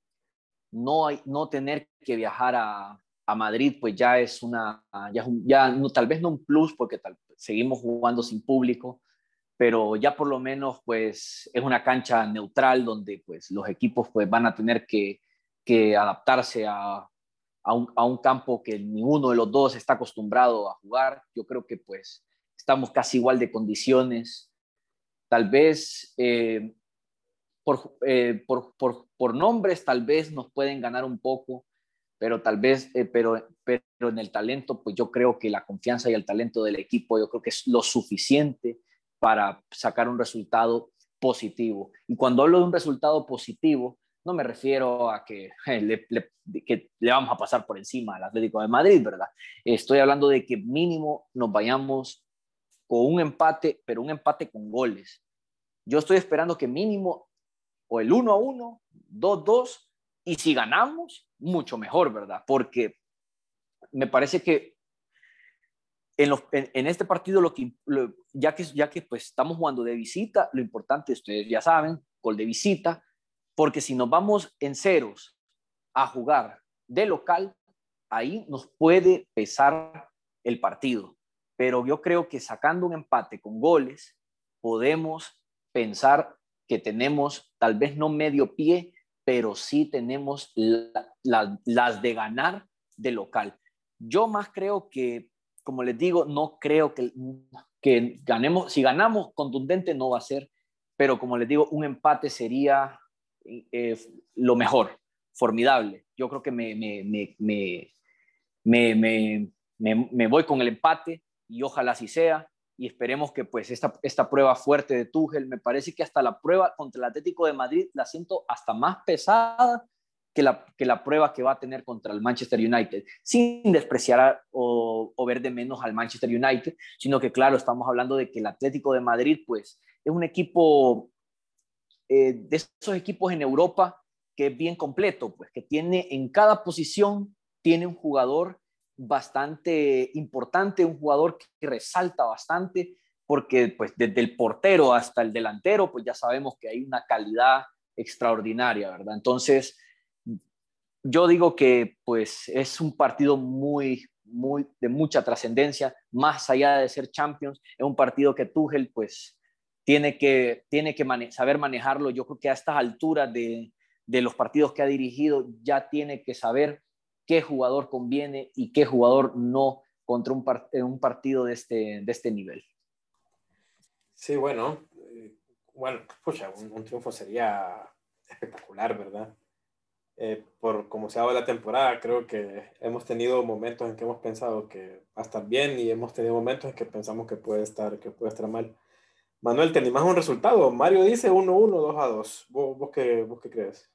no, hay, no tener que viajar a, a Madrid, pues ya es una, ya, ya no, tal vez no un plus, porque tal, seguimos jugando sin público, pero ya por lo menos pues es una cancha neutral donde pues los equipos pues van a tener que, que adaptarse a, a, un, a un campo que ninguno de los dos está acostumbrado a jugar. Yo creo que pues estamos casi igual de condiciones. Tal vez eh, por, eh, por, por, por nombres tal vez nos pueden ganar un poco, pero tal vez, eh, pero, pero en el talento, pues yo creo que la confianza y el talento del equipo, yo creo que es lo suficiente para sacar un resultado positivo. Y cuando hablo de un resultado positivo, no me refiero a que, eh, le, le, que le vamos a pasar por encima al Atlético de Madrid, ¿verdad? Estoy hablando de que mínimo nos vayamos con un empate, pero un empate con goles. Yo estoy esperando que mínimo o el uno a uno, dos a dos, y si ganamos, mucho mejor, ¿verdad? Porque me parece que en, los, en, en este partido, lo que, lo, ya que, ya que pues, estamos jugando de visita, lo importante, ustedes ya saben, gol de visita, porque si nos vamos en ceros a jugar de local, ahí nos puede pesar el partido. Pero yo creo que sacando un empate con goles, podemos pensar que tenemos tal vez no medio pie, pero sí tenemos la, la, las de ganar de local. Yo más creo que, como les digo, no creo que, que ganemos, si ganamos contundente no va a ser, pero como les digo, un empate sería eh, lo mejor, formidable. Yo creo que me, me, me, me, me, me, me, me voy con el empate y ojalá así sea. Y esperemos que pues esta, esta prueba fuerte de Tuchel, me parece que hasta la prueba contra el Atlético de Madrid la siento hasta más pesada que la, que la prueba que va a tener contra el Manchester United, sin despreciar a, o, o ver de menos al Manchester United, sino que claro, estamos hablando de que el Atlético de Madrid pues es un equipo eh, de esos equipos en Europa que es bien completo, pues que tiene en cada posición, tiene un jugador bastante importante, un jugador que resalta bastante, porque pues desde el portero hasta el delantero, pues ya sabemos que hay una calidad extraordinaria, ¿verdad? Entonces, yo digo que pues es un partido muy, muy de mucha trascendencia, más allá de ser Champions, es un partido que Tuchel pues tiene que, tiene que mane- saber manejarlo. Yo creo que a estas alturas de, de los partidos que ha dirigido ya tiene que saber qué jugador conviene y qué jugador no contra un, part un partido de este, de este nivel. Sí, bueno, eh, bueno, pucha, un, un triunfo sería espectacular, ¿verdad? Eh, por como se ha dado la temporada, creo que hemos tenido momentos en que hemos pensado que va a estar bien y hemos tenido momentos en que pensamos que puede estar, que puede estar mal. Manuel, ¿te animás un resultado? Mario dice uno a uno, dos a dos. ¿Vos, vos, qué, vos qué crees?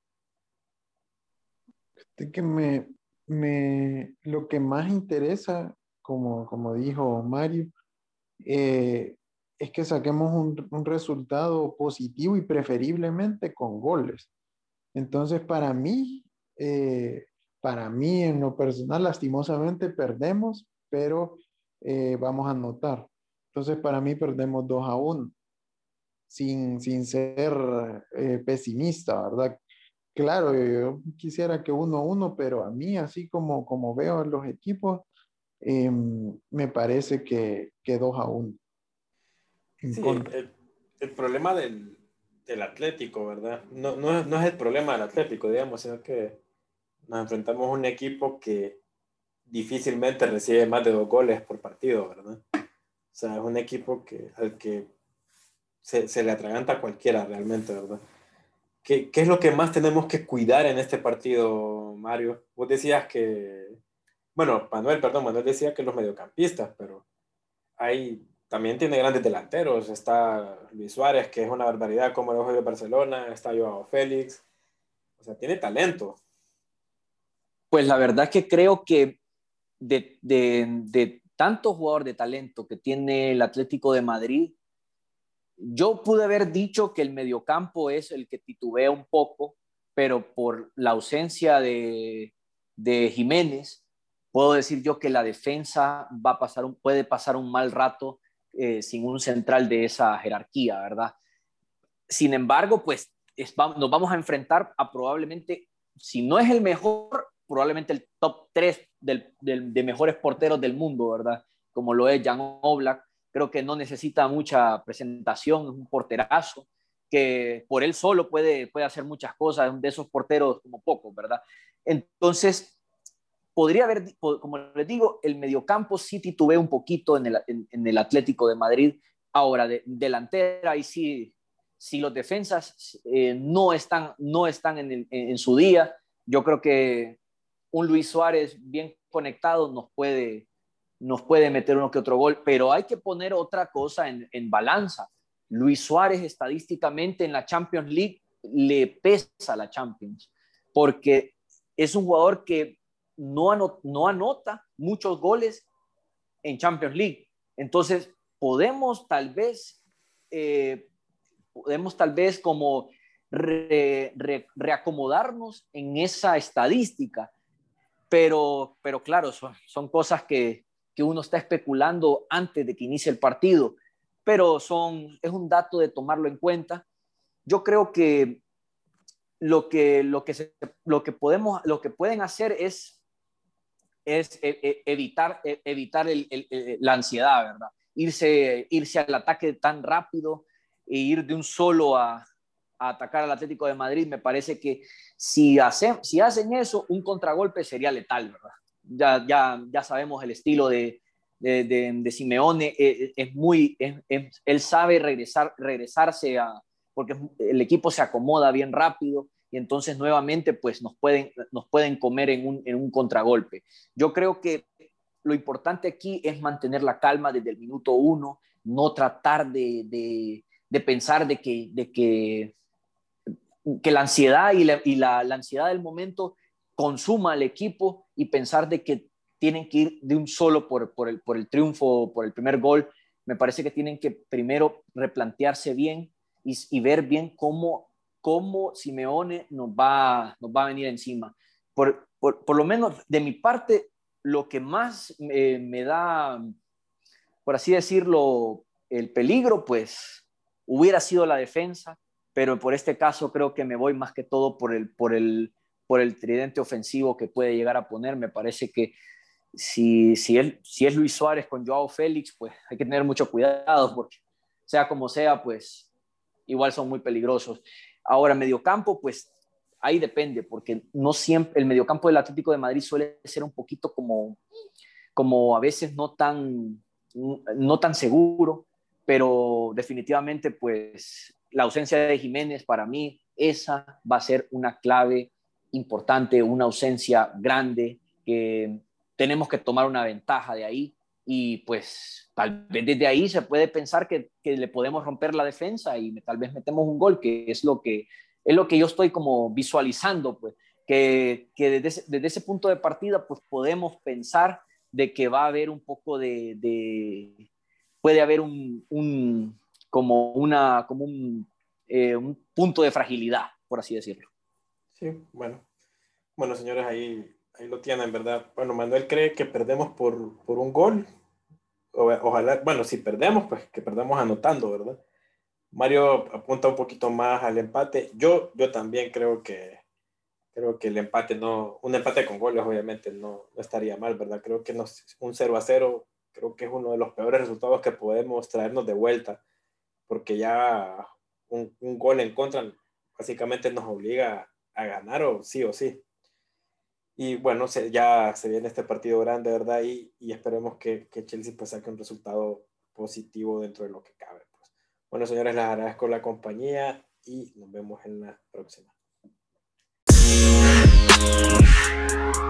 De que me, me, lo que más interesa, como, como dijo Mario, eh, es que saquemos un, un resultado positivo y preferiblemente con goles. Entonces, para mí, eh, para mí en lo personal, lastimosamente perdemos, pero eh, vamos a anotar. Entonces, para mí perdemos dos a uno, sin, sin ser eh, pesimista, ¿verdad? Claro, yo quisiera que uno a uno, pero a mí, así como, como veo a los equipos, eh, me parece que, que dos a uno en Sí, contra. el, el problema del, del Atlético, ¿verdad? No, no, es- no es el problema del Atlético, digamos, sino que nos enfrentamos a un equipo que difícilmente recibe más de dos goles por partido, ¿verdad? O sea, es un equipo que, al que se, se le atraganta a cualquiera realmente, ¿verdad? ¿qué, ¿qué es lo que más tenemos que cuidar en este partido, Mario? Vos decías que, bueno, Manuel, perdón, Manuel decía que los mediocampistas, pero hay, también tiene grandes delanteros. Está Luis Suárez, que es una barbaridad como el ojo de Barcelona, está Joao Félix, o sea, tiene talento. Pues la verdad es que creo que de, de, de tanto jugador de talento que tiene el Atlético de Madrid, yo pude haber dicho que el mediocampo es el que titubea un poco, pero por la ausencia de, de Jiménez, puedo decir yo que la defensa va a pasar un, puede pasar un mal rato eh, sin un central de esa jerarquía, ¿verdad? Sin embargo, pues es, nos vamos a enfrentar a probablemente, si no es el mejor, probablemente el top tres del, del, de mejores porteros del mundo, ¿verdad? Como lo es Jan Oblak. Creo que no necesita mucha presentación, es un porterazo que por él solo puede, puede hacer muchas cosas, de esos porteros como pocos, ¿verdad? Entonces, podría haber, como les digo, el mediocampo sí titubeé un poquito en el, en, en el Atlético de Madrid. Ahora, de, delantera, ahí sí, si los defensas eh, no están, no están en, el, en, su día, yo creo que un Luis Suárez bien conectado nos puede, nos puede meter uno que otro gol, pero hay que poner otra cosa en, en balanza. Luis Suárez estadísticamente en la Champions League le pesa la Champions, porque es un jugador que no, anot, no anota muchos goles en Champions League. Entonces, podemos tal vez, eh, podemos tal vez como re, re, reacomodarnos en esa estadística, pero, pero claro, son, son cosas que, que uno está especulando antes de que inicie el partido, pero son, es un dato de tomarlo en cuenta. Yo creo que lo que, lo que, se, lo que, podemos, lo que pueden hacer es, es evitar, evitar el, el, la ansiedad, ¿verdad? Irse, irse al ataque tan rápido e ir de un solo a, a atacar al Atlético de Madrid. Me parece que si hacen, si hacen eso, un contragolpe sería letal, ¿verdad? Ya, ya, ya sabemos el estilo de, de, de, de Simeone, es, es muy, es, es, él sabe regresar, regresarse a, porque el equipo se acomoda bien rápido y entonces nuevamente pues nos pueden, nos pueden comer en un, en un contragolpe. Yo creo que lo importante aquí es mantener la calma desde el minuto uno, no tratar de, de, de pensar de que, de que, que la ansiedad y, la, y la, la ansiedad del momento consuma al equipo y pensar de que tienen que ir de un solo por, por, el, por el triunfo, por el primer gol. Me parece que tienen que primero replantearse bien y, y ver bien cómo, cómo Simeone nos va, nos va a venir encima. Por, por, por lo menos de mi parte, lo que más eh, me da, por así decirlo, el peligro, pues hubiera sido la defensa, pero por este caso creo que me voy más que todo por el, por el, por el tridente ofensivo que puede llegar a poner. Me parece que si, si, él, si es Luis Suárez con Joao Félix, pues hay que tener mucho cuidado, porque sea como sea, pues igual son muy peligrosos. Ahora, mediocampo, pues ahí depende, porque no siempre, el mediocampo del Atlético de Madrid suele ser un poquito como, como a veces no tan, no tan seguro, pero definitivamente pues la ausencia de Jiménez para mí, esa va a ser una clave importante, una ausencia grande, que tenemos que tomar una ventaja de ahí y pues tal vez desde ahí se puede pensar que, que le podemos romper la defensa y tal vez metemos un gol, que es lo que, es lo que yo estoy como visualizando, pues, que, que desde, ese, desde ese punto de partida pues podemos pensar de que va a haber un poco de, de puede haber un, un, como, una, como un, eh, un punto de fragilidad, por así decirlo. Sí, bueno. Bueno, señores, ahí, ahí lo tienen, ¿verdad? Bueno, Manuel cree que perdemos por, por un gol. O, ojalá, bueno, si perdemos, pues que perdamos anotando, ¿verdad? Mario apunta un poquito más al empate. Yo, yo también creo que, creo que el empate no, un empate con goles obviamente no, no estaría mal, ¿verdad? Creo que nos, un cero a cero creo que es uno de los peores resultados que podemos traernos de vuelta, porque ya un, un gol en contra básicamente nos obliga a ganar o sí o sí. Y bueno, se, ya se viene este partido grande, ¿verdad? Y, y esperemos que, que Chelsea pues saque un resultado positivo dentro de lo que cabe. Pues. Bueno, señores, les agradezco la compañía y nos vemos en la próxima.